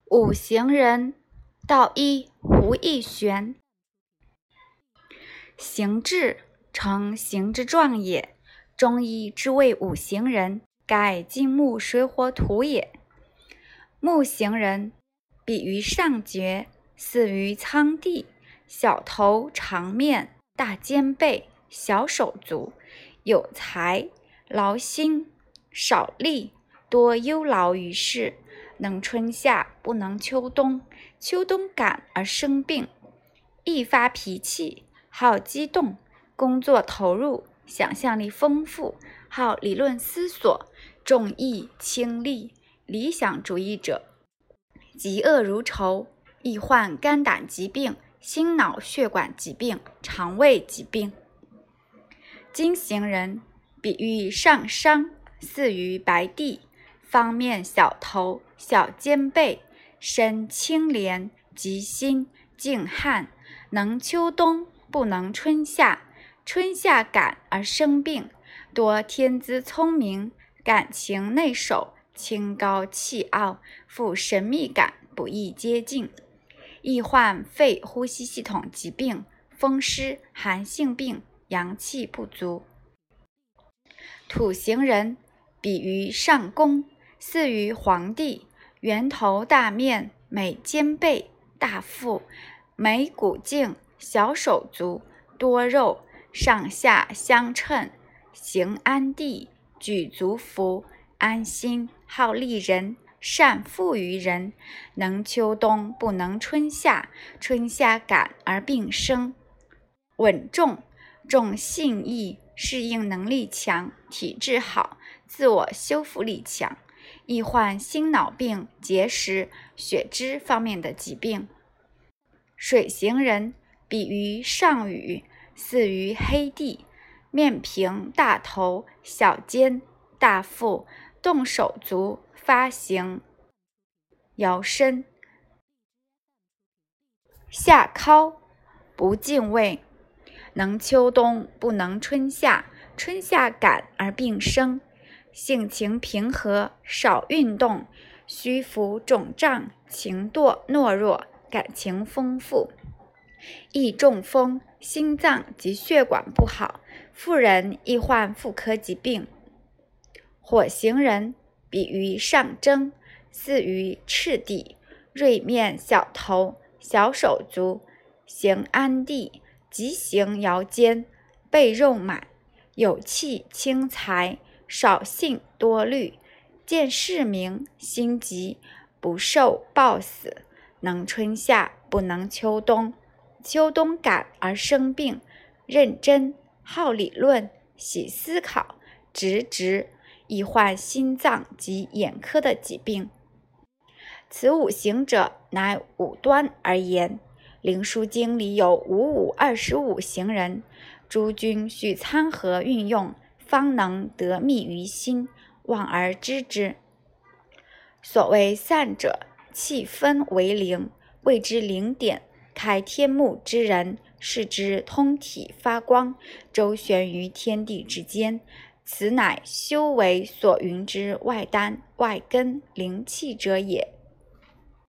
五行人，道一，胡一玄。形至，称形之状也。中医之谓五行人，盖金木水火土也。木行人，比于上厥，似于苍地，小头长面，大肩背，小手足，有才，劳心，少力，多忧劳于事，能春夏，不能秋冬，秋冬感而生病，易发脾气，好激动，工作投入，想象力丰富，好理论思索，重义轻利，理想主义者，嫉恶如仇，易患肝胆疾病、心脑血管疾病、肠胃疾病。金行人，比喻上商，似于白地，方面小头，小肩背，身清廉，吉心，静汉，能秋冬，不能春夏，春夏感而生病，多天资聪明，感情内守，清高气傲，富神秘感，不易接近，易患肺呼吸系统疾病、风湿、寒性病、阳气不足。土行人，比于上宫，似于皇帝，圆头大面，美肩背，大腹，眉骨净，小手足，多肉，上下相称，行安地，举足服，安心，好利人，善富于人，能秋冬，不能春夏，春夏感而病生。稳重，重信义，适应能力强，体质好，自我修复力强，易患心脑病、结石、血脂方面的疾病。水行人，比于上羽，似于黑地，面平，大头，小肩，大腹，动手足，发形摇身，下尻，不敬畏，能秋冬，不能春夏，春夏感而病生，性情平和，少运动，虚浮肿胀，情懦弱，感情丰富，易中风，心脏及血管不好，妇人易患妇科疾病。火行人，比于上征，似于赤地，锐面，小头，小手足，行安地，急行摇肩，背肉满，有气轻财，少信多虑，见世明，心急，不受暴死，能春夏，不能秋冬，秋冬感而生病，认真，好理论，喜思考，直，易患心脏及眼科的疾病。此五行者，乃五端而言。灵枢经里有55行人，诸君须参合运用，方能得秘于心，望而知之。所谓散者，气分为灵，谓之灵点，开天目之人，视之通体发光，周旋于天地之间，此乃修为所云之外丹外根灵气者也。